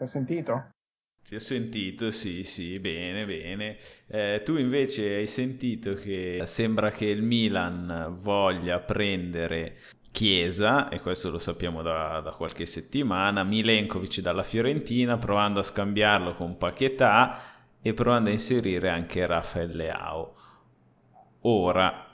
Hai sentito? Ti ho sentito, sì, sì, bene, bene. Tu invece hai sentito che sembra che il Milan voglia prendere Chiesa, e questo lo sappiamo da qualche settimana, Milenkovic dalla Fiorentina, provando a scambiarlo con Paquetá e provando a inserire anche Rafael Leao. Ora,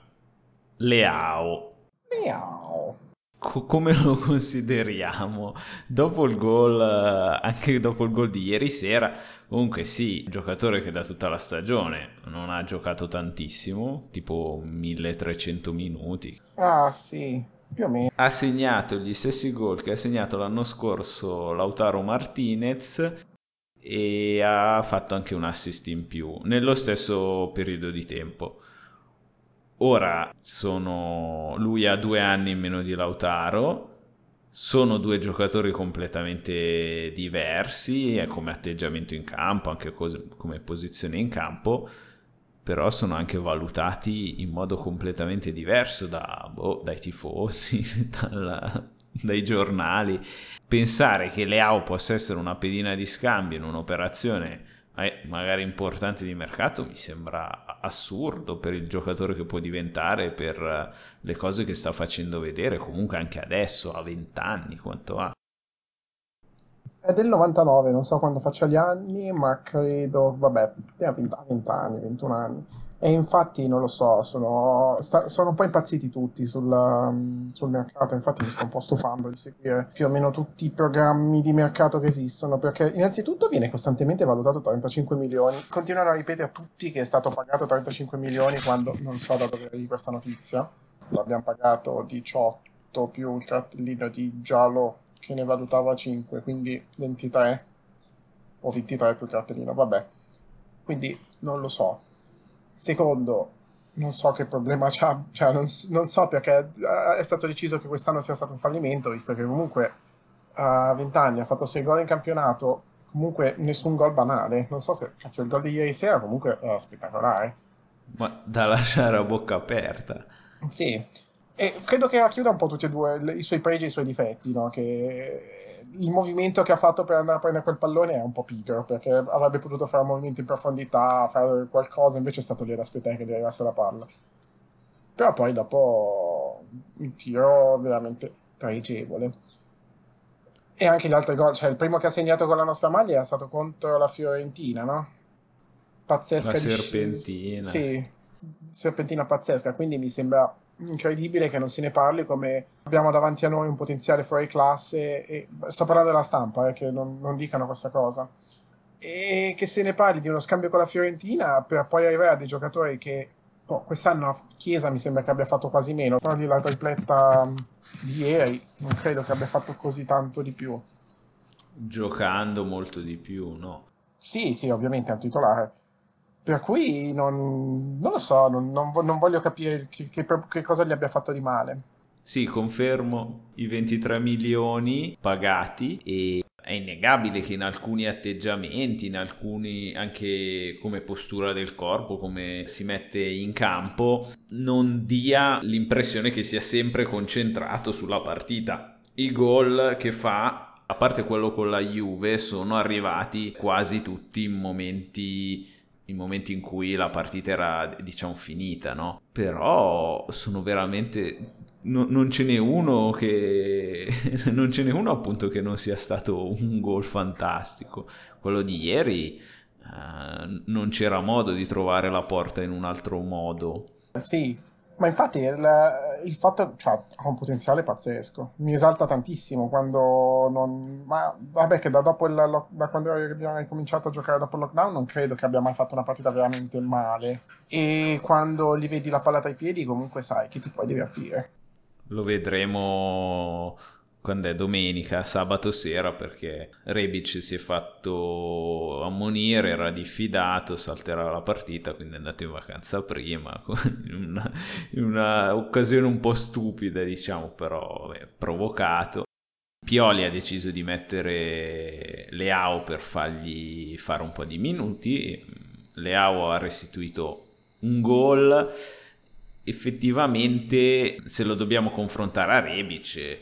Leao. Miau. Come lo consideriamo? Dopo il gol, anche dopo il gol di ieri sera, comunque sì, un giocatore che da tutta la stagione non ha giocato tantissimo, tipo 1300 minuti. Ah, sì, più o meno. Ha segnato gli stessi gol che ha segnato l'anno scorso Lautaro Martinez e ha fatto anche un assist in più nello stesso periodo di tempo. Ora lui ha 2 anni in meno di Lautaro, sono due giocatori completamente diversi come atteggiamento in campo, anche come posizione in campo, però sono anche valutati in modo completamente diverso dai tifosi, dai giornali. Pensare che Leao possa essere una pedina di scambio in un'operazione magari importante di mercato mi sembra assurdo per il giocatore che può diventare, per le cose che sta facendo vedere, comunque anche adesso, a 20 anni, quanto ha? È del 99, non so quando faccia gli anni, ma credo, vabbè, ne ha 20 anni, 21 anni. E infatti non lo so, sono un po' impazziti tutti sul mercato, infatti mi sto un po' stufando di seguire più o meno tutti i programmi di mercato che esistono, perché innanzitutto viene costantemente valutato 35 milioni. Continuano a ripetere a tutti che è stato pagato 35 milioni quando non so da dove arrivi questa notizia. L'abbiamo pagato 18 più il cartellino di giallo che ne valutava 5, quindi 23 o 23 più il cartellino, vabbè. Quindi non lo so. Secondo, non so che problema c'ha, cioè non so perché è stato deciso che quest'anno sia stato un fallimento, visto che comunque a 20 anni ha fatto 6 gol in campionato, comunque nessun gol banale. Non so se cacchio, il gol di ieri sera comunque era spettacolare. Ma da lasciare a bocca aperta. Sì, e credo che racchiuda un po' tutti e due i suoi pregi e i suoi difetti, no? Che il movimento che ha fatto per andare a prendere quel pallone è un po' pigro, perché avrebbe potuto fare un movimento in profondità, fare qualcosa, invece è stato lì ad aspettare che gli arrivasse la palla. Però poi dopo un tiro veramente pregevole. E anche gli altri gol, cioè il primo che ha segnato con la nostra maglia è stato contro la Fiorentina, no? La Pazzesca serpentina. sì, serpentina pazzesca, quindi mi sembra incredibile che non se ne parli come abbiamo davanti a noi un potenziale fuori classe, e sto parlando della stampa, che non dicano questa cosa, e che se ne parli di uno scambio con la Fiorentina per poi arrivare a dei giocatori che quest'anno Chiesa mi sembra che abbia fatto quasi meno, togli la tripletta di ieri, non credo che abbia fatto così tanto di più. Giocando molto di più, no? Sì, sì, ovviamente è un titolare. Per cui non lo so, non voglio capire che cosa gli abbia fatto di male. Sì, confermo i 23 milioni pagati e è innegabile che in alcuni atteggiamenti, in alcuni anche come postura del corpo, come si mette in campo, non dia l'impressione che sia sempre concentrato sulla partita. I gol che fa, a parte quello con la Juve, sono arrivati quasi tutti in momenti in cui la partita era, diciamo, finita, no? Però sono veramente. Non ce n'è uno che. Non ce n'è uno appunto che non sia stato un gol fantastico. Quello di ieri, non c'era modo di trovare la porta in un altro modo. Sì, ma infatti il fatto, cioè, ha un potenziale pazzesco. Mi esalta tantissimo quando non. Ma vabbè, che da quando abbiamo cominciato a giocare dopo il lockdown non credo che abbia mai fatto una partita veramente male. E quando gli vedi la palla tra i piedi, comunque sai che ti puoi divertire. Lo vedremo quando è domenica, sabato sera, perché Rebic si è fatto ammonire, era diffidato, salterà la partita, quindi è andato in vacanza prima, in una occasione un po' stupida, diciamo, però provocato. Pioli ha deciso di mettere Leao per fargli fare un po' di minuti. Leao ha restituito un gol. Effettivamente, se lo dobbiamo confrontare a Rebic,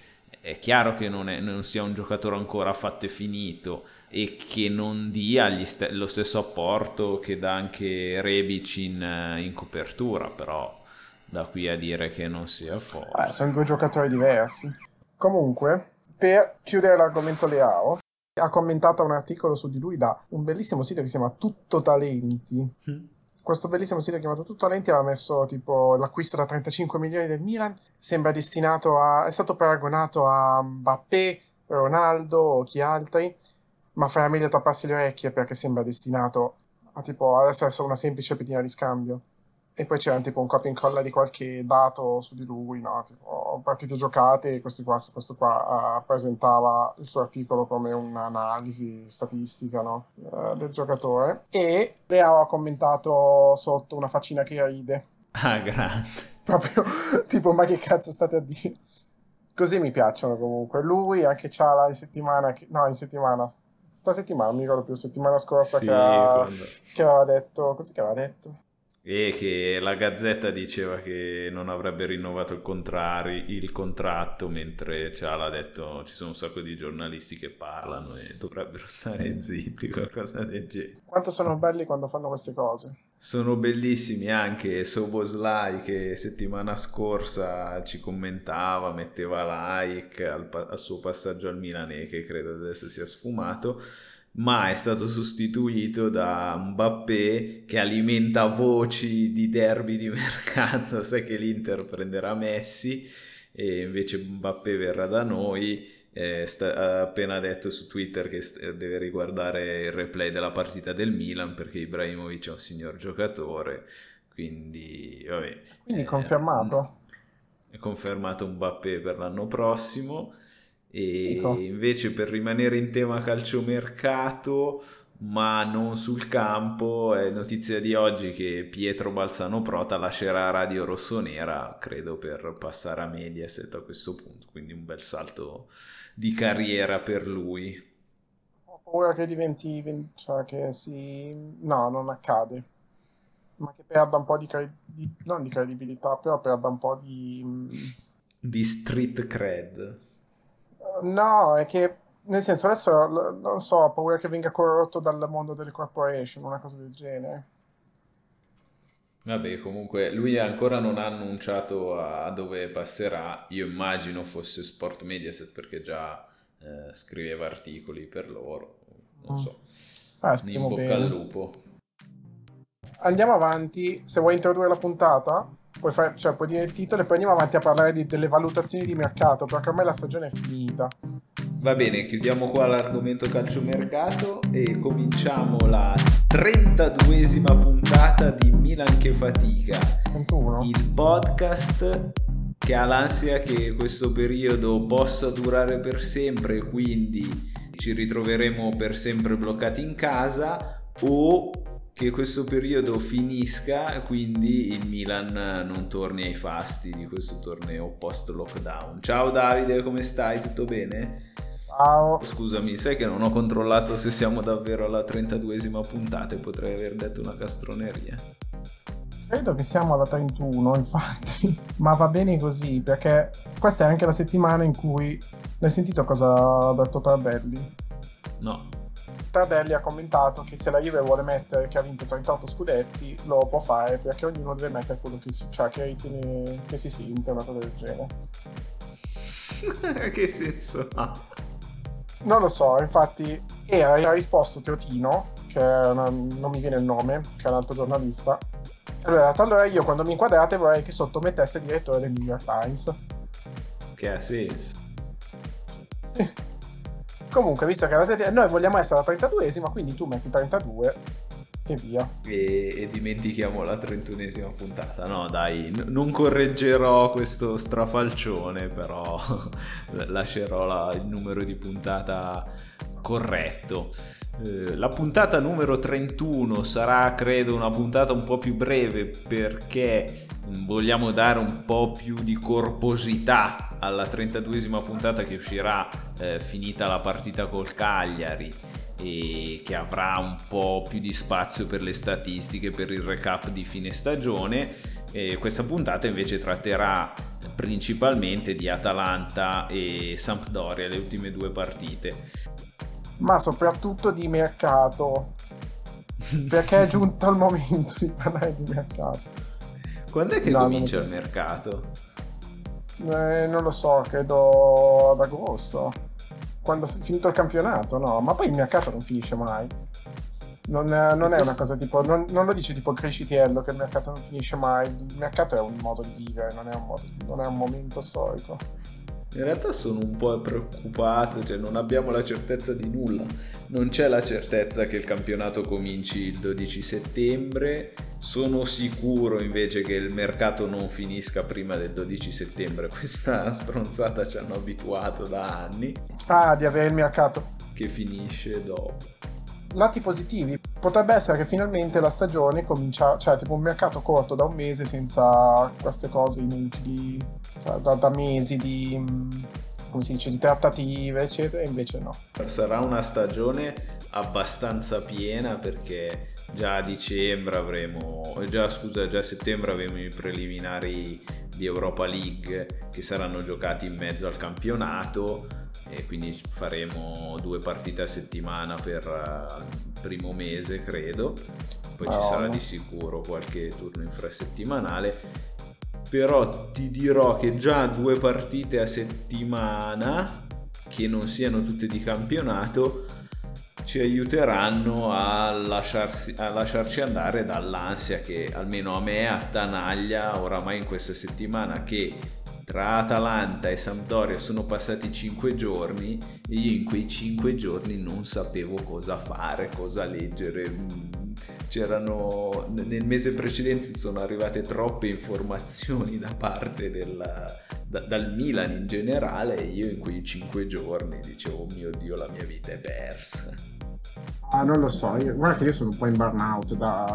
è chiaro che non sia un giocatore ancora fatto e finito e che non dia lo stesso apporto che dà anche Rebic in copertura, però da qui a dire che non sia forte. Sono due giocatori diversi. Comunque, per chiudere l'argomento Leao, ha commentato un articolo su di lui da un bellissimo sito che si chiama Tutto Talenti. Questo bellissimo sito chiamato Tutto Talenti aveva messo tipo l'acquisto da 35 milioni del Milan, sembra destinato è stato paragonato a Mbappé, Ronaldo o chi altri, ma farà meglio tapparsi le orecchie perché sembra destinato a tipo ad essere solo una semplice pedina di scambio. E poi c'era tipo un copia e incolla di qualche dato su di lui, no? Tipo partite giocate, e questo qua presentava il suo articolo come un'analisi statistica, no? Del giocatore. E Leao ha commentato sotto una faccina che ride. Ah, grande. Proprio tipo, ma che cazzo state a dire? Così mi piacciono comunque. Lui anche c'ha la settimana, no, in settimana, sta settimana, non mi ricordo più, settimana scorsa Sì, quando... che aveva detto, cos'è che aveva detto? E che la Gazzetta diceva che non avrebbe rinnovato il contratto, mentre Ciala ha detto ci sono un sacco di giornalisti che parlano e dovrebbero stare zitti, qualcosa del genere. Quanto sono belli quando fanno queste cose. Sono bellissimi anche Soboslai che settimana scorsa ci commentava, metteva like al suo passaggio al Milan che credo adesso sia sfumato, ma è stato sostituito da Mbappé che alimenta voci di derby di mercato, sai che l'Inter prenderà Messi e invece Mbappé verrà da noi. Ha appena detto su Twitter che deve riguardare il replay della partita del Milan perché Ibrahimovic è un signor giocatore, quindi vabbè, Quindi confermato. è confermato Mbappé per l'anno prossimo. Dico. E invece per rimanere in tema calciomercato, ma non sul campo, è notizia di oggi che Pietro Balzano Prota lascerà Radio Rossonera, credo per passare a Mediaset a questo punto, quindi un bel salto di carriera per lui. Ho paura che diventi, cioè che si... No, non accade. Ma che perda un po' non di credibilità, però perda un po' di... Di street cred. No, è che, nel senso, adesso, non so, ho paura che venga corrotto dal mondo delle corporation, una cosa del genere. Vabbè, comunque lui ancora non ha annunciato a dove passerà, io immagino fosse Sport Mediaset perché già scriveva articoli per loro, non Mm. so. In Speriamo bocca al bene. lupo. Andiamo avanti, se vuoi introdurre la puntata, puoi dire il titolo e poi andiamo avanti a parlare delle valutazioni di mercato, perché ormai la stagione è finita. Va bene, chiudiamo qua l'argomento calciomercato e cominciamo la 32esima puntata di Milan che fatica, 31? il podcast che ha l'ansia che questo periodo possa durare per sempre, quindi ci ritroveremo per sempre bloccati in casa, o che questo periodo finisca, quindi il Milan non torni ai fasti di questo torneo post lockdown. Ciao Davide, come stai? Tutto bene? Ciao. Scusami, sai che non ho controllato se siamo davvero alla 32esima puntata e potrei aver detto una castroneria. Credo che siamo alla 31, infatti, ma va bene così, perché questa è anche la settimana in cui... L'hai sentito cosa ha detto Tardelli? No. Tardelli ha commentato che se la Juve vuole mettere che ha vinto 38 scudetti, lo può fare, perché ognuno deve mettere quello cioè, che ritiene che si sente, una cosa del genere. Che senso ha? Non lo so, infatti, e ha risposto Teotino, che non mi viene il nome, che è un altro giornalista. Allora, ha detto, allora io quando mi inquadrate vorrei che sotto mettesse il direttore del New York Times. Che ha senso. Comunque, visto che noi vogliamo essere alla 32esima, quindi tu metti 32 e via. E dimentichiamo la 31esima puntata. No, dai, non correggerò questo strafalcione, però lascerò il numero di puntata corretto. La puntata numero 31 sarà, credo, una puntata un po' più breve perché vogliamo dare un po' più di corposità alla 32esima puntata che uscirà finita la partita col Cagliari e che avrà un po' più di spazio per le statistiche, per il recap di fine stagione. E questa puntata invece tratterà principalmente di Atalanta e Sampdoria, le ultime due partite. Ma soprattutto di mercato, perché è giunto il momento di parlare di mercato. Quando è che No, comincia il mercato? non lo so, credo ad agosto, quando è finito il campionato, no? Ma poi il mercato non finisce mai. Non è una cosa tipo, non lo dice tipo il Crescitiello che il mercato non finisce mai. Il mercato è un modo di vivere, non è un momento storico. In realtà sono un po' preoccupato, cioè non abbiamo la certezza di nulla. Non c'è la certezza che il campionato cominci il 12 settembre. Sono sicuro invece che il mercato non finisca prima del 12 settembre. Questa stronzata ci hanno abituato da anni, Ah, di avere il mercato. che finisce dopo. Lati positivi, potrebbe essere che finalmente la stagione comincia, cioè tipo un mercato corto da un mese senza queste cose inutili, cioè da mesi di, come si dice, di trattative, eccetera, e invece no. Sarà una stagione abbastanza piena perché già a dicembre già a settembre avremo i preliminari di Europa League che saranno giocati in mezzo al campionato e quindi faremo 2 partite a settimana per il primo mese, credo. Poi ci sarà di Madonna. sicuro qualche turno infrasettimanale. Però ti dirò che già 2 partite a settimana, che non siano tutte di campionato, ci aiuteranno a lasciarci andare dall'ansia che almeno a me attanaglia oramai in questa settimana, che tra Atalanta e Sampdoria sono passati 5 giorni e io in quei 5 giorni non sapevo cosa fare, cosa leggere. Nel mese precedente sono arrivate troppe informazioni da parte dal Milan in generale, e io in quei 5 giorni dicevo, oh mio Dio, la mia vita è persa. Ah, non lo so, guarda che io sono un po' in burnout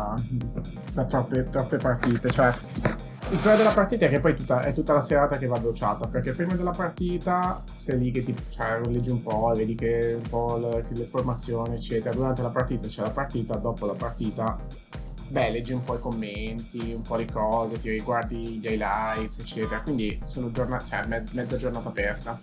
da troppe partite, cioè il problema della partita è che poi è tutta la serata che va bruciata, perché prima della partita sei lì che cioè, leggi un po', vedi che un po' le formazioni, eccetera, durante la partita c'è la partita, dopo la partita, beh, leggi un po' i commenti, un po' le cose, ti riguardi gli highlights, eccetera, quindi sono cioè, mezza giornata persa.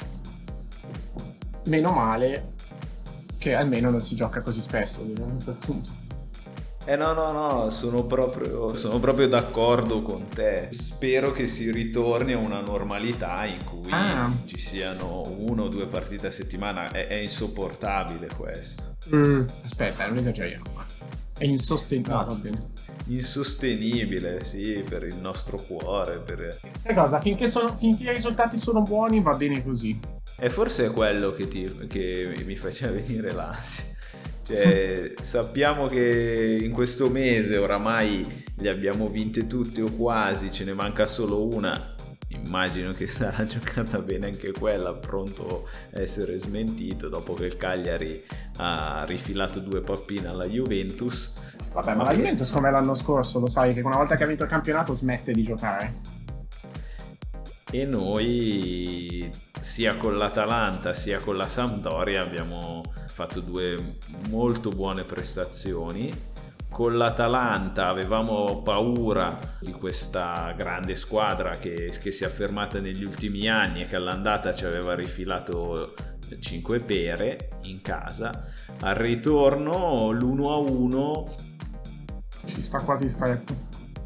Meno male che almeno non si gioca così spesso, per punto. No, no, no, sono proprio d'accordo con te. Spero che si ritorni a una normalità in cui Ah, ci siano 1 o 2 partite a settimana. È insopportabile questo. aspetta, non esageriamo. È insostenibile. No, va No, bene. insostenibile, sì, per il nostro cuore. Sai cosa? Finché i risultati sono buoni, va bene così. E forse è quello che mi faceva venire l'ansia. Cioè, sappiamo che in questo mese oramai le abbiamo vinte tutte o quasi, ce ne manca solo una. Immagino che sarà giocata bene anche quella, pronto a essere smentito dopo che il Cagliari ha rifilato 2 pappine alla Juventus. Vabbè, ma Ma la per... Juventus come l'anno scorso, lo sai, che una volta che ha vinto il campionato smette di giocare. E noi sia con l'Atalanta sia con la Sampdoria abbiamo fatto 2 molto buone prestazioni. Con l'Atalanta avevamo paura di questa grande squadra che si è affermata negli ultimi anni e che all'andata ci aveva rifilato 5 pere in casa. Al ritorno l'1-1 Ci sta quasi stretto.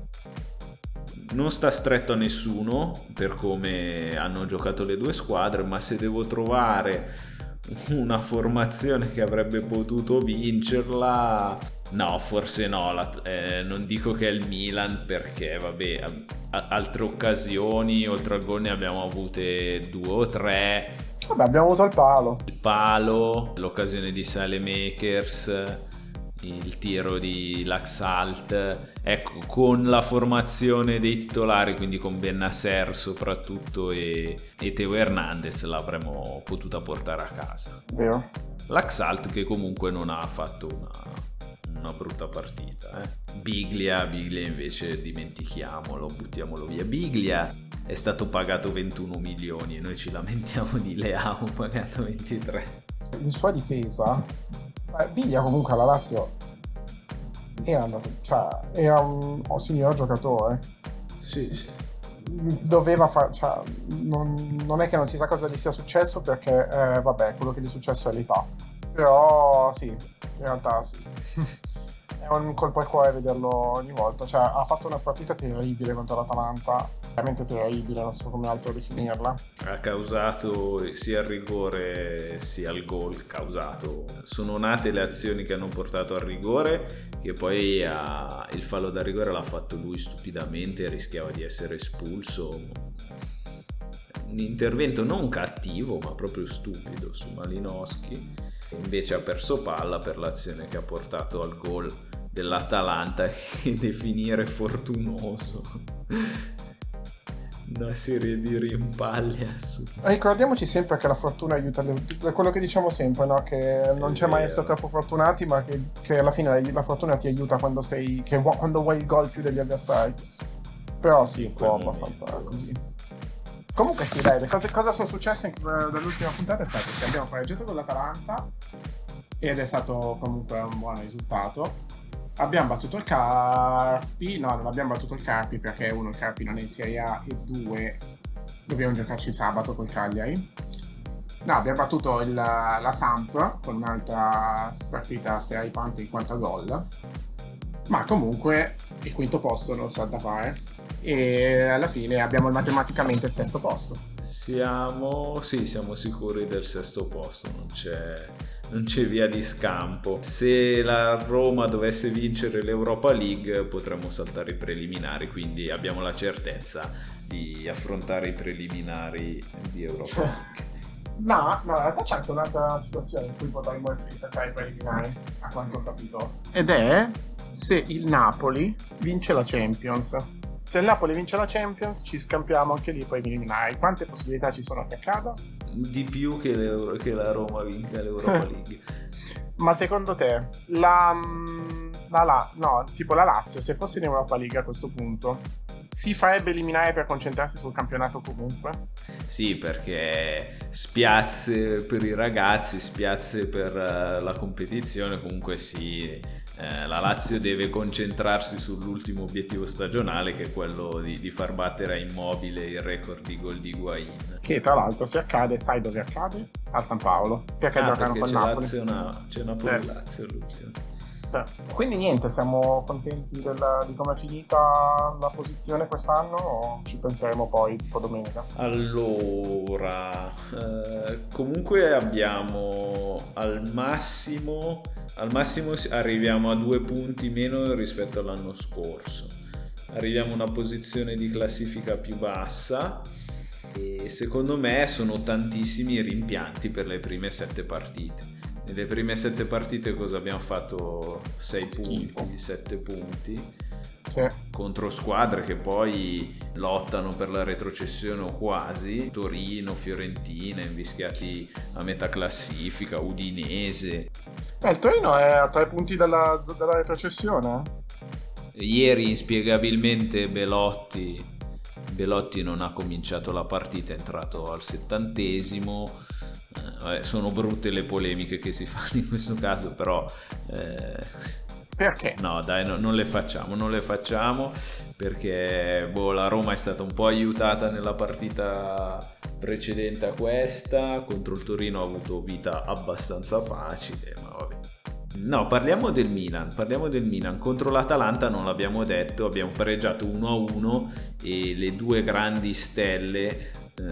non sta stretto a nessuno per come hanno giocato le due squadre, ma se devo trovare una formazione che avrebbe potuto vincerla, no, forse no, non dico che è il Milan perché vabbè, altre occasioni oltre al gol ne abbiamo avute 2 o 3. Vabbè, abbiamo avuto il palo. Il palo, l'occasione di Saelemaekers, il tiro di Laxalt, ecco, con la formazione dei titolari, quindi con Bennacer soprattutto e Teo Hernandez, l'avremmo potuta portare a casa. Vero. Laxalt che comunque non ha fatto una brutta partita. Biglia invece dimentichiamolo, buttiamolo via. Biglia è stato pagato 21 milioni e noi ci lamentiamo di Leao pagato 23. In sua difesa, Biglia comunque alla Lazio era un signor giocatore. Sì, sì. doveva fare, cioè, non è che non si sa cosa gli sia successo perché, vabbè, quello che gli è successo è l'età. Però sì, in realtà sì. È un colpo al cuore vederlo ogni volta. Cioè, ha fatto una partita terribile contro l'Atalanta, veramente terribile, non so come altro definirla. Ha causato sia il rigore sia il gol causato. Sono nate le azioni che hanno portato al rigore, che poi il fallo da rigore l'ha fatto lui stupidamente e rischiava di essere espulso. Un intervento non cattivo, ma proprio stupido su Malinowski. Invece ha perso palla per l'azione che ha portato al gol dell'Atalanta, che definire fortunoso. Una serie di rimpalli assurdi. Ricordiamoci sempre che la fortuna aiuta, è quello che diciamo sempre, no? Che non È c'è mai essere vero. troppo fortunati, ma che alla fine la fortuna ti aiuta quando vuoi il gol più degli avversari. Però sì, In un quel po' abbastanza momento. così. Comunque sì, dai, le cose, cosa sono successe dall'ultima puntata è stato che abbiamo pareggiato con l'Atalanta ed è stato comunque un buon risultato. Abbiamo battuto il Carpi, no, non abbiamo battuto il Carpi perché uno, il Carpi non è in Serie A e due, dobbiamo giocarci sabato col Cagliari. No, abbiamo battuto la Samp con un'altra partita straripante in quanto a gol, ma comunque il quinto posto non sa da fare e alla fine abbiamo matematicamente il sesto posto. Siamo sicuri del sesto posto, non c'è via di scampo. Se la Roma dovesse vincere l'Europa League potremmo saltare i preliminari, quindi abbiamo la certezza di affrontare i preliminari di Europa League. No, in realtà c'è anche un'altra situazione in cui potremmo saltare i preliminari, a quanto ho capito. Ed è se il Napoli vince la Champions. Se il Napoli vince la Champions, ci scampiamo anche lì i preliminari. Quante possibilità ci sono che accada? Di più che la Roma vinca l'Europa League. Ma secondo te, no, tipo la Lazio, se fosse in Europa League a questo punto, si farebbe eliminare per concentrarsi sul campionato comunque? Sì, perché spiazze per i ragazzi, spiazze per la competizione, comunque sì, la Lazio deve concentrarsi sull'ultimo obiettivo stagionale, che è quello di far battere a Immobile il record di gol di Higuain. Che tra l'altro se accade, sai dove accade? Al San Paolo, perché Ah, giocano perché con c'è Napoli. c'è Sì, Napoli-Lazio l'ultimo. sì. Quindi niente, siamo contenti di come è finita la posizione quest'anno o ci penseremo poi tipo domenica? Allora, comunque abbiamo al massimo arriviamo a 2 punti meno rispetto all'anno scorso. Arriviamo a una posizione di classifica più bassa e secondo me sono tantissimi i rimpianti per le prime 7 partite. Nelle prime 7 partite cosa abbiamo fatto? 6 Schifo. punti, 7 punti Sì. contro squadre che poi lottano per la retrocessione o quasi, Torino, Fiorentina, invischiati a metà classifica, Udinese. Il Torino è a 3 punti dalla retrocessione. Ieri inspiegabilmente Belotti non ha cominciato la partita, è entrato al 70°. Sono brutte le polemiche che si fanno in questo caso, però Perché? no, dai, non le facciamo perché la Roma è stata un po' aiutata nella partita precedente a questa, contro il Torino ha avuto vita abbastanza facile, ma vabbè. No, parliamo del Milan. Contro l'Atalanta non l'abbiamo detto, abbiamo pareggiato 1-1 e le due grandi stelle,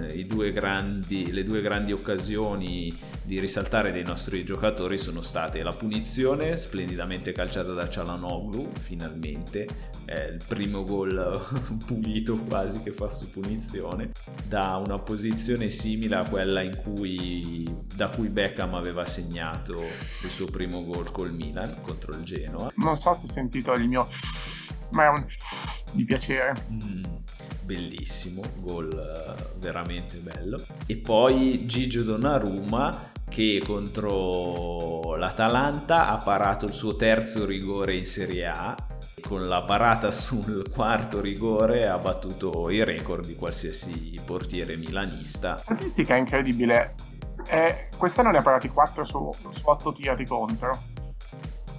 le due grandi occasioni di risaltare dei nostri giocatori sono state la punizione splendidamente calciata da Çalhanoğlu, finalmente, è il primo gol pulito quasi che fa su punizione, da una posizione simile a quella da cui Beckham aveva segnato il suo primo gol col Milan contro il Genoa. Non so se hai sentito il mio, ma è un di piacere. Bellissimo, gol veramente bello. E poi Gigio Donnarumma che contro l'Atalanta ha parato il suo terzo rigore in Serie A e con la parata sul quarto rigore ha battuto il record di qualsiasi portiere milanista. Statistica incredibile. Quest'anno ne ha parati 4 su 8 tirati contro.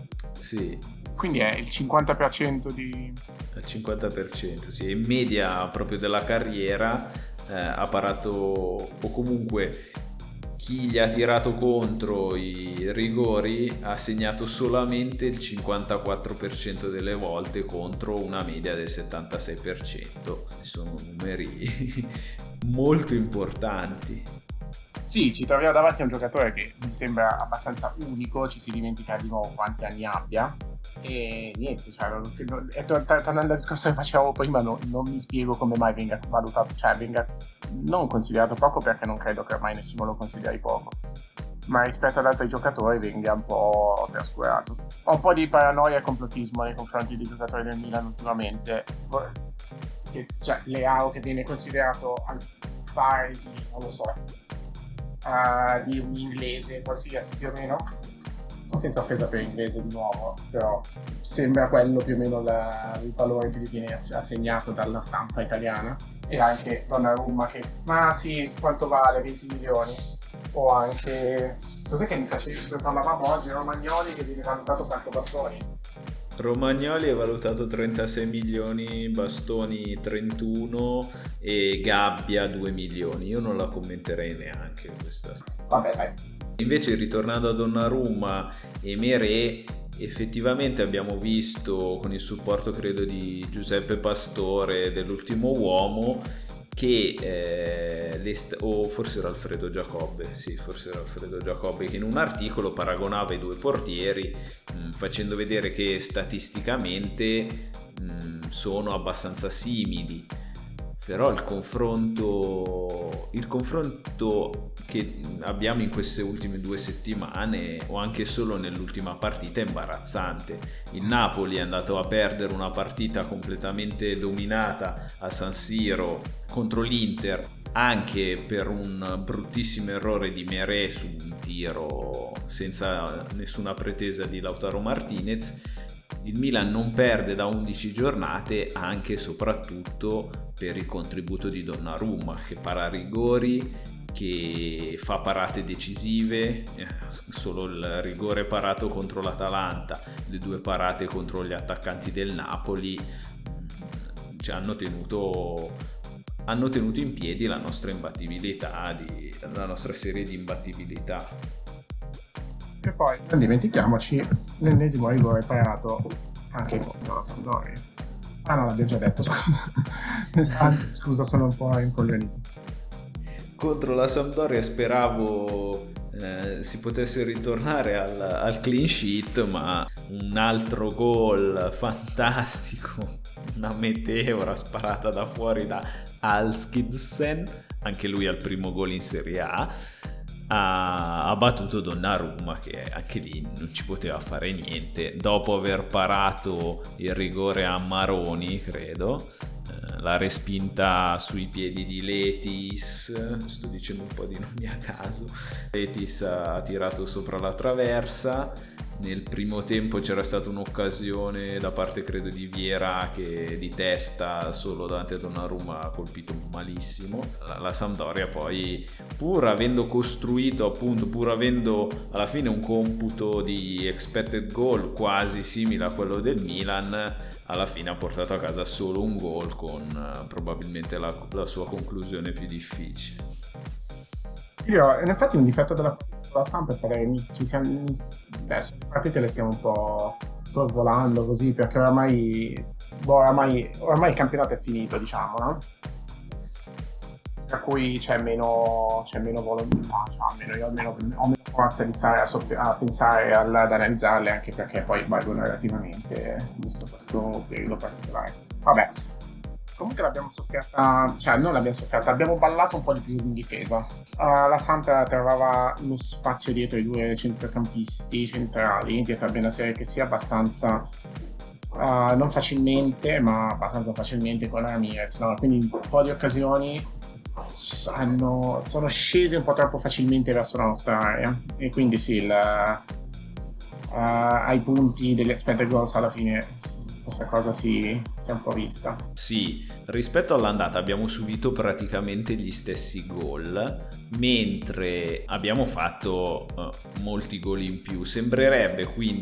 sì. Quindi è il 50% di... Al 50%, sì, in media proprio della carriera ha parato, o comunque chi gli ha tirato contro i rigori ha segnato solamente il 54% delle volte contro una media del 76%. Sono numeri molto importanti. Sì, ci troviamo davanti a un giocatore che mi sembra abbastanza unico, ci si dimentica di nuovo quanti anni abbia. E niente, cioè, tornando al discorso che facevamo prima, non mi spiego come mai venga valutato, cioè venga non considerato poco, perché non credo che ormai nessuno lo consideri poco, ma rispetto ad altri giocatori venga un po' trascurato. Ho un po' di paranoia e complottismo nei confronti dei giocatori del Milan ultimamente, cioè Leao che viene considerato al pari di, non lo so, di un inglese qualsiasi più o meno, senza offesa per l'inglese di nuovo, però sembra quello più o meno il valore che gli viene assegnato dalla stampa italiana. E anche Donnarumma che, ma sì, quanto vale, 20 milioni, o anche, cos'è che mi piace, parlavamo oggi, Romagnoli che viene valutato quanto bastoni. Romagnoli è valutato 36 milioni, Bastoni 31 e Gabbia 2 milioni. Io non la commenterei neanche questa. Vabbè, dai. Invece ritornando a Donnarumma e Meré, effettivamente abbiamo visto con il supporto credo di Giuseppe Pastore dell'Ultimo Uomo che o forse era Alfredo Giacobbe, sì, forse era Alfredo Giacobbe, che in un articolo paragonava i due portieri facendo vedere che statisticamente sono abbastanza simili, però il confronto che abbiamo in queste ultime 2 settimane o anche solo nell'ultima partita è imbarazzante. Il Napoli è andato a perdere una partita completamente dominata a San Siro contro l'Inter, anche per un bruttissimo errore di Meré su un tiro senza nessuna pretesa di Lautaro Martinez. Il Milan non perde da 11 giornate anche e soprattutto per il contributo di Donnarumma, che para rigori, che fa parate decisive, solo il rigore parato contro l'Atalanta, le 2 parate contro gli attaccanti del Napoli ci hanno tenuto in piedi la nostra imbattibilità, la nostra serie di imbattibilità. E poi non dimentichiamoci l'ennesimo rigore parato anche contro la Sampdoria. Ah no, l'abbiamo già detto, scusa. Scusa, sono un po' incoglionito. Contro la Sampdoria speravo si potesse ritornare al clean sheet, ma un altro gol fantastico, una meteora sparata da fuori da Alskidsen, anche lui al primo gol in Serie A, ha battuto Donnarumma, che anche lì non ci poteva fare niente dopo aver parato il rigore a Maroni, credo. La respinta sui piedi di Letis, sto dicendo un po' di nomi a caso. Letis ha tirato sopra la traversa. Nel primo tempo c'era stata un'occasione da parte credo di Vieira che di testa solo davanti a Donnarumma ha colpito malissimo. La Sampdoria poi, pur avendo costruito, appunto, pur avendo alla fine un computo di expected goal quasi simile a quello del Milan, alla fine ha portato a casa solo un gol con probabilmente la sua conclusione più difficile. In effetti un difetto della Samp è stato che ci siamo, adesso le partite le stiamo un po' sorvolando così, perché oramai il campionato è finito, diciamo, no? Per cui c'è meno volontà, cioè io almeno ho meno forza di stare a pensare ad analizzarle, anche perché poi valgono relativamente, visto questo periodo particolare. Vabbè, comunque l'abbiamo sofferta, cioè non l'abbiamo sofferta, abbiamo ballato un po' di più in difesa. La Samp trovava lo spazio dietro i 2 centrocampisti centrali, dietro a Benasser, che sia abbastanza non facilmente, ma abbastanza facilmente con Ramirez, no? Quindi un po' di occasioni sono scesi un po' troppo facilmente verso la nostra area, e quindi sì, ai punti degli expected goals alla fine questa cosa si è un po' vista. Sì, rispetto all'andata abbiamo subito praticamente gli stessi gol, mentre abbiamo fatto molti gol in più. Sembrerebbe quindi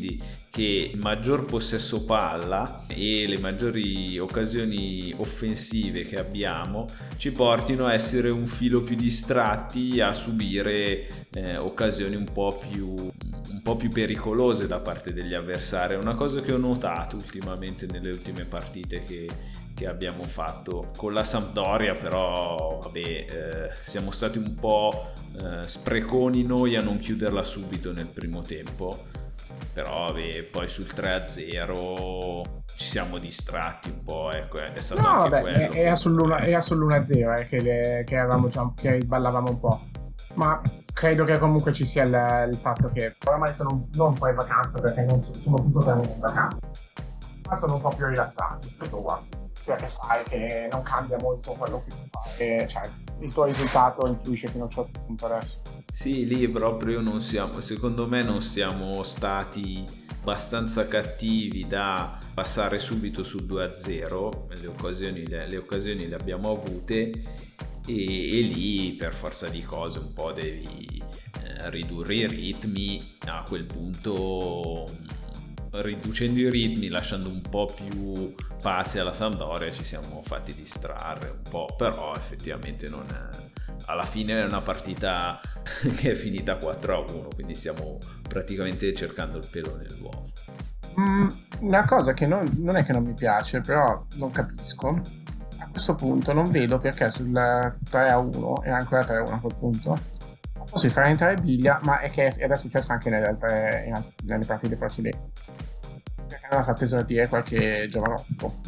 che il maggior possesso palla e le maggiori occasioni offensive che abbiamo ci portino a essere un filo più distratti, a subire occasioni un po' più pericolose da parte degli avversari. È una cosa che ho notato ultimamente nelle ultime partite che abbiamo fatto con la Sampdoria, però vabbè, siamo stati un po' spreconi noi a non chiuderla subito nel primo tempo, però vabbè, poi sul 3-0 ci siamo distratti un po', ecco, è stato No, anche vabbè, quello era sull'1-0 che avevamo già, che ballavamo un po'. Ma credo che comunque ci sia il fatto che oramai sono non poi in vacanza, perché non sono tutto tempo in vacanza, ma sono un po' più rilassati, tutto qua. Perché sai che non cambia molto quello che fai, cioè il tuo risultato influisce fino a un certo punto adesso. Sì, lì proprio non siamo, secondo me non siamo stati abbastanza cattivi da passare subito sul 2-0, le occasioni le abbiamo avute e lì per forza di cose un po' devi ridurre i ritmi, a quel punto riducendo i ritmi, lasciando un po' più spazio alla Sampdoria, ci siamo fatti distrarre un po', però effettivamente non alla fine è una partita che è finita 4-1, quindi stiamo praticamente cercando il pelo nell'uovo. Una cosa che non è che non mi piace, però non capisco. A questo punto non vedo perché sul 3-1, era ancora 3-1 a quel punto, si fa entrare Biglia, ma è che ed è successo anche nelle partite precedenti. Perché non ha fatto esordire qualche giovanotto.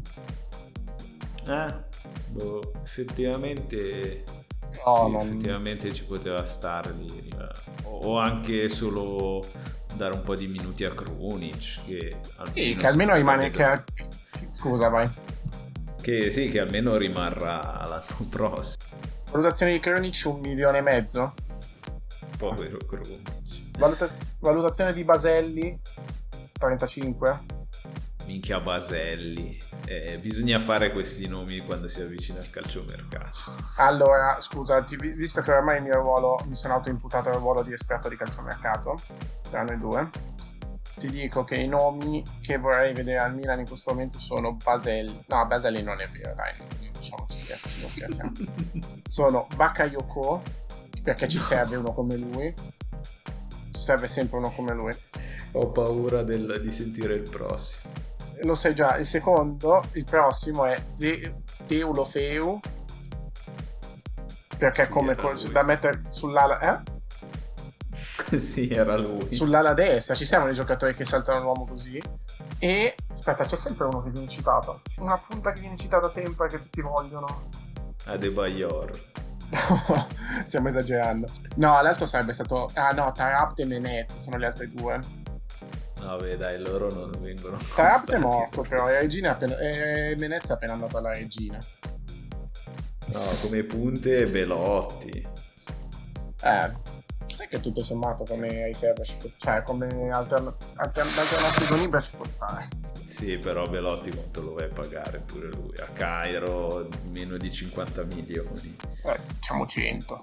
Effettivamente No, sì, non... effettivamente ci poteva stare lì, o anche solo dare un po' di minuti a Krunic che Sì, almeno che si almeno rimane... intravede Scusa, vai. che sì, che almeno rimarrà l'anno prossimo. Valutazione di Krunic 1,5 milioni. Povero Krunic. Valutazione di Baselli 35. Minchia Baselli. Bisogna fare questi nomi quando si avvicina al calciomercato. Allora, scusa, visto che ormai il mio ruolo, mi sono autoimputato il ruolo di esperto di calciomercato, tra noi due, ti dico che i nomi che vorrei vedere al Milan in questo momento sono Baselli. No, Baselli non è vero, dai, non diciamo non scherziamo. Sono Bakayoko, perché ci serve uno come lui. Ci serve sempre uno come lui. Ho paura di sentire il prossimo. Lo sai già, il prossimo è Deulofeu, perché Sì, come era lui. da mettere sull'ala, Sì, era lui. sull'ala destra. Ci siamo dei giocatori che saltano l'uomo così. E aspetta, c'è sempre uno che viene citato, una punta che viene citata sempre, che tutti vogliono. Adebayor. Stiamo esagerando. No, l'altro sarebbe stato, ah no, Tarabt e Menez sono gli altri due. Vabbè, dai, loro non vengono Tarabt è constati morto, proprio. però Menez è appena andato alla regina. No, come punte Belotti. Sai che tutto sommato come riserva cioè come alternativa con Ibra ci può stare. Sì, però Belotti quanto lo vai a pagare pure lui? A Cairo meno di 50 milioni. Diciamo 100.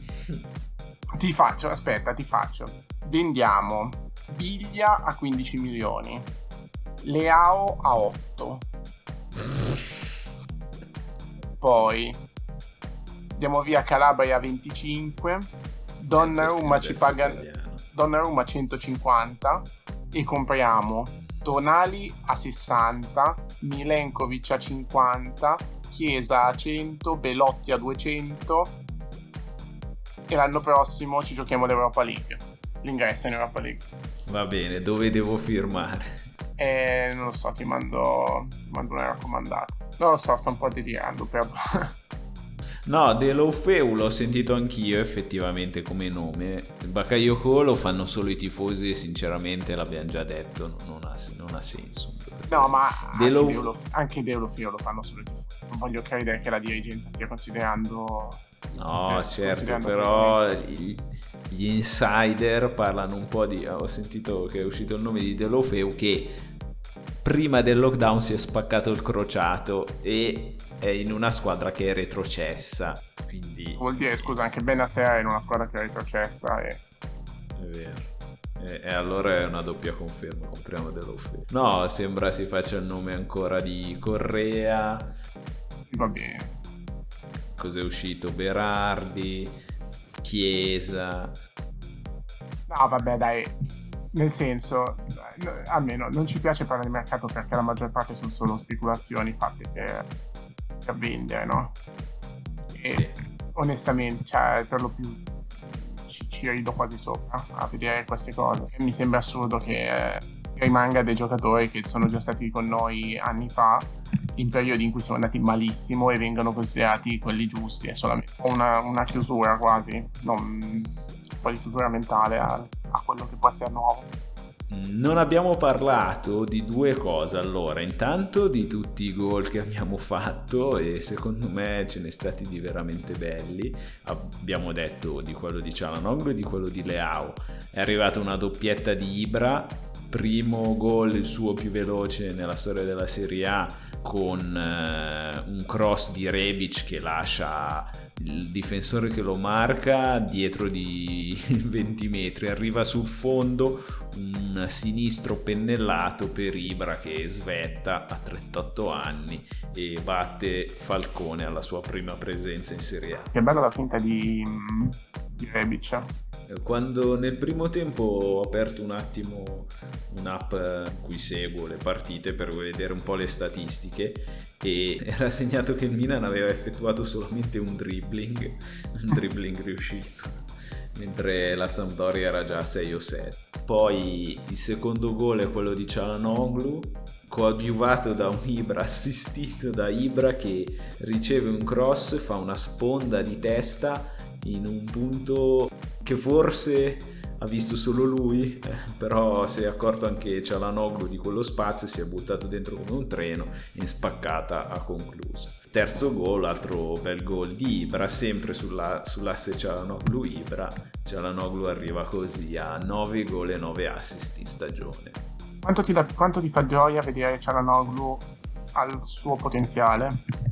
Ti faccio. Vendiamo Biglia a 15 milioni, Leao a 8. Poi diamo via Calabria a 25, Il terzino destro italiano. Donnarumma a 150 e compriamo Tonali a 60, Milenkovic a 50, Chiesa a 100, Belotti a 200 e l'anno prossimo ci giochiamo l'Europa League, l'ingresso in Europa League. Va bene, dove devo firmare? Non lo so, ti mando una raccomandata. Non lo so, sto un po' delirando però. No, Deulofeu l'ho sentito anch'io effettivamente come nome. Bakayoko lo fanno solo i tifosi e sinceramente l'abbiamo già detto, non ha senso. No, ma anche Deulofeu lo fanno solo i tifosi. Non voglio credere che la dirigenza stia considerando... No, certo, considerando però seriamente. gli insider parlano un po' di... Ho sentito che è uscito il nome di Deulofeu che prima del lockdown si è spaccato il crociato e è in una squadra che è retrocessa, quindi... Vuol dire, scusa, anche Benasser in una squadra che è retrocessa e... È vero. E allora è una doppia conferma, compriamo dell'offesa. No, sembra si faccia il nome ancora di Correa. Va bene. Cos'è uscito? Berardi, Chiesa. No, vabbè, dai, nel senso, almeno non ci piace parlare di mercato perché la maggior parte sono solo speculazioni fatte per vendere, no? Sì. E onestamente, cioè, per lo più ci rido quasi sopra a vedere queste cose. E mi sembra assurdo che rimanga dei giocatori che sono già stati con noi anni fa, in periodi in cui siamo andati malissimo, e vengano considerati quelli giusti. È solamente una chiusura quasi, un po' di chiusura mentale a quello che può essere nuovo. Non abbiamo parlato di due cose. Allora, intanto di tutti i gol che abbiamo fatto, e secondo me ce ne stati di veramente belli. Abbiamo detto di quello di Çalhanoğlu e di quello di Leao. È arrivata una doppietta di Ibra, primo gol, il suo più veloce nella storia della Serie A, con un cross di Rebic che lascia il difensore che lo marca dietro di 20 metri, arriva sul fondo, un sinistro pennellato per Ibra che svetta a 38 anni e batte Falcone alla sua prima presenza in Serie A. Che bella la finta di Rebic. Quando nel primo tempo ho aperto un attimo un'app in cui seguo le partite per vedere un po' le statistiche, e era segnato che il Milan aveva effettuato solamente un dribbling riuscito, mentre la Sampdoria era già a 6 o 7. Poi il secondo gol è quello di Çalhanoğlu, coadiuvato da un Ibra, assistito da Ibra che riceve un cross, fa una sponda di testa in un punto che forse ha visto solo lui, però si è accorto anche Çalhanoğlu di quello spazio, si è buttato dentro come un treno e in spaccata ha concluso. Terzo gol, altro bel gol di Ibra, sempre sull'asse Çalhanoğlu-Ibra. Çalhanoğlu arriva così a 9 gol e 9 assist in stagione. Quanto ti fa gioia vedere Çalhanoğlu al suo potenziale?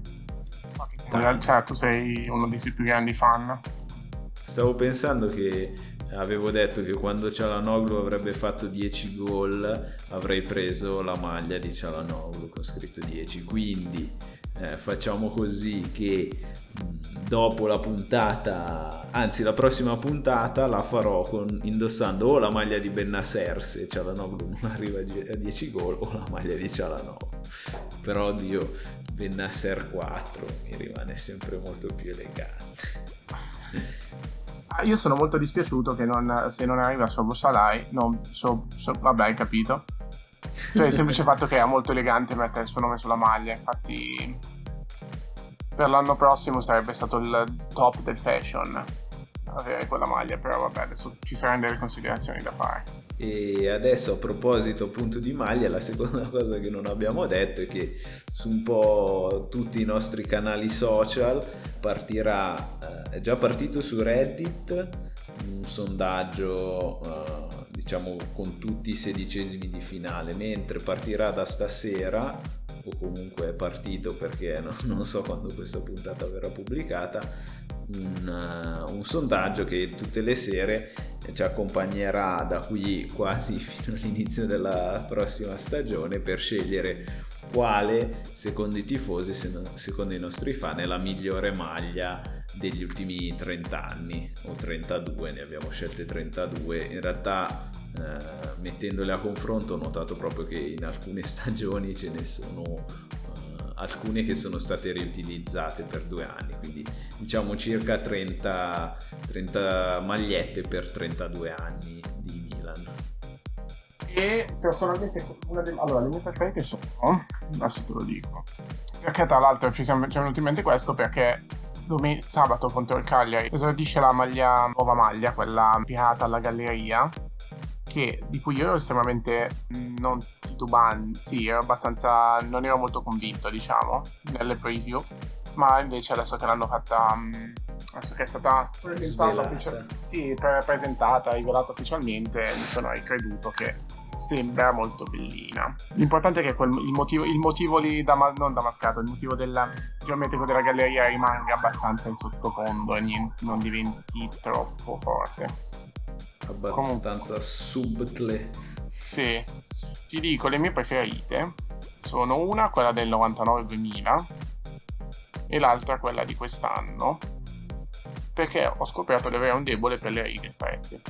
So che cioè, tu sei uno dei suoi più grandi fan. Stavo pensando che avevo detto che quando Çalhanoğlu avrebbe fatto 10 gol avrei preso la maglia di Çalhanoğlu con scritto 10, quindi facciamo così che dopo la puntata, anzi la prossima puntata la farò indossando o la maglia di Bennacer se Çalhanoğlu non arriva a 10 gol, o la maglia di Çalhanoğlu. Però oddio, Bennacer 4 mi rimane sempre molto più elegante. Io sono molto dispiaciuto che se non arriva Szoboszlai, vabbè, hai capito. Cioè il semplice fatto che è molto elegante mettere il suo nome sulla maglia. Infatti per l'anno prossimo sarebbe stato il top del fashion avere quella maglia, però vabbè, adesso ci saranno delle considerazioni da fare. E adesso, a proposito appunto di maglia, la seconda cosa che non abbiamo detto è che su un po' tutti i nostri canali social è già partito su Reddit un sondaggio, diciamo con tutti i sedicesimi di finale, mentre partirà da stasera, o comunque è partito perché non so quando questa puntata verrà pubblicata, un sondaggio che tutte le sere ci accompagnerà da qui quasi fino all'inizio della prossima stagione, per scegliere quale, secondo i tifosi, secondo i nostri fan, è la migliore maglia degli ultimi 30 anni o 32. Ne abbiamo scelte 32. In realtà mettendole a confronto ho notato proprio che in alcune stagioni ce ne sono alcune che sono state riutilizzate per 2 anni, quindi diciamo circa 30 magliette per 32 anni di Milan. E personalmente allora, le mie preferite sono, adesso te lo dico, perché tra l'altro ci è venuto in mente questo perché sabato contro il Cagliari esordisce la nuova maglia, quella pirata alla galleria, di cui io ero estremamente non titubante, sì, non ero molto convinto, diciamo, nelle preview, ma invece adesso che l'hanno fatta, adesso che è stata presentata, presentata, rivelata ufficialmente, mi sono ricreduto che sembra molto bellina. L'importante è che il motivo lì non damascato, il motivo geometrico della galleria rimanga abbastanza in sottofondo e non diventi troppo forte. Comunque, abbastanza subtle. sì, ti dico, le mie preferite sono una, quella del 99-2000, e l'altra quella di quest'anno, perché ho scoperto di avere un debole per le righe strette.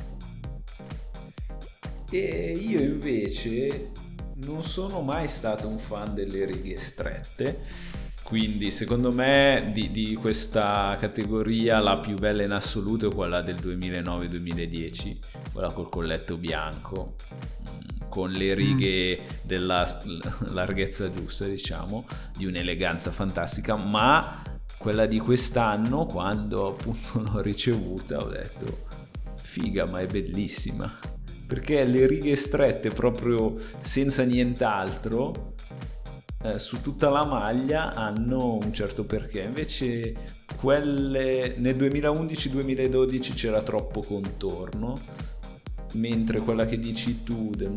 E io invece non sono mai stato un fan delle righe strette, quindi secondo me di questa categoria la più bella in assoluto è quella del 2009-2010, quella col colletto bianco, con le righe della larghezza giusta, diciamo, di un'eleganza fantastica, ma quella di quest'anno, quando appunto l'ho ricevuta, ho detto figa, ma è bellissima, perché le righe strette proprio senza nient'altro su tutta la maglia hanno un certo perché, invece quelle nel 2011-2012 c'era troppo contorno, mentre quella che dici tu del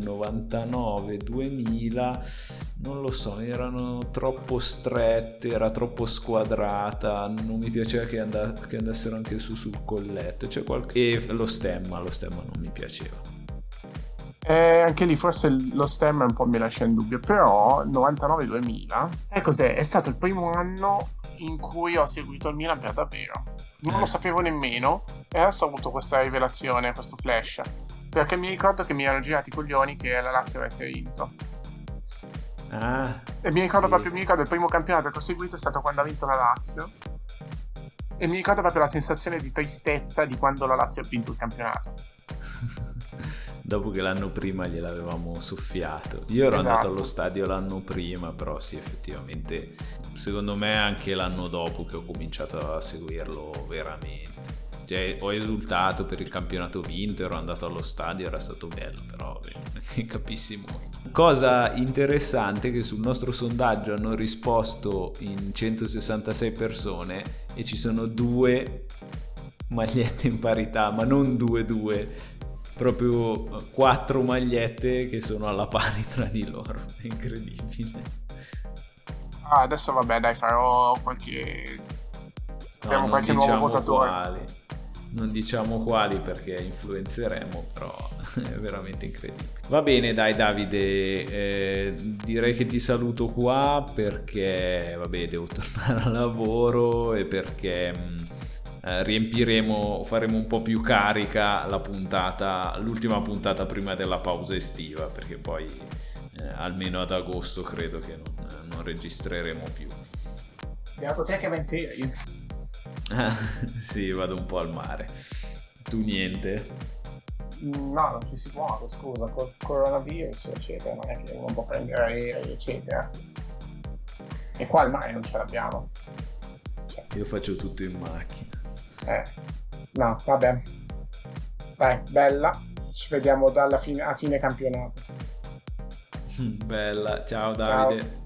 99-2000 non lo so, erano troppo strette, era troppo squadrata, non mi piaceva che andassero anche sul colletto, e lo stemma non mi piaceva. Anche lì forse lo stemma un po' mi lascia in dubbio, però il 99-2000, sai cos'è? È stato il primo anno in cui ho seguito il Milan per davvero. Non lo Eh. sapevo nemmeno e adesso ho avuto questa rivelazione, questo flash, perché mi ricordo che mi erano girati i coglioni che la Lazio avesse vinto. Ah, E sì. mi ricordo il primo campionato che ho seguito è stato quando ha vinto la Lazio. E mi ricordo proprio la sensazione di tristezza di quando la Lazio ha vinto il campionato. Dopo che l'anno prima gliel'avevamo soffiato. Io ero andato allo Esatto. stadio l'anno prima, però sì, effettivamente, secondo me anche l'anno dopo che ho cominciato a seguirlo veramente. Cioè, ho esultato per il campionato vinto, ero andato allo stadio, era stato bello, però che capissi molto. Cosa interessante è che sul nostro sondaggio hanno risposto in 166 persone e ci sono due magliette in parità, ma non 2-2, proprio quattro magliette che sono alla pari tra di loro. È incredibile. Ah, adesso vabbè, dai, farò qualche. No, Avremo non qualche nuovo diciamo votatore. quali. Non diciamo quali perché influenzeremo, però è veramente incredibile. Va bene, dai Davide, direi che ti saluto qua perché, vabbè, devo tornare al lavoro e perché faremo un po' più carica la puntata, l'ultima puntata prima della pausa estiva, perché poi almeno ad agosto credo che non registreremo più. Beato te che vai in ferie. Sì, vado un po' al mare. Tu niente? No, non ci si muove, scusa, col coronavirus, eccetera, non è che uno può prendere aerei, eccetera. E qua al mare non ce l'abbiamo. Cioè, Io faccio tutto in macchina. eh. No, vabbè. Dai, bella. Ci vediamo a fine campionato. Bella, ciao Ciao. Davide.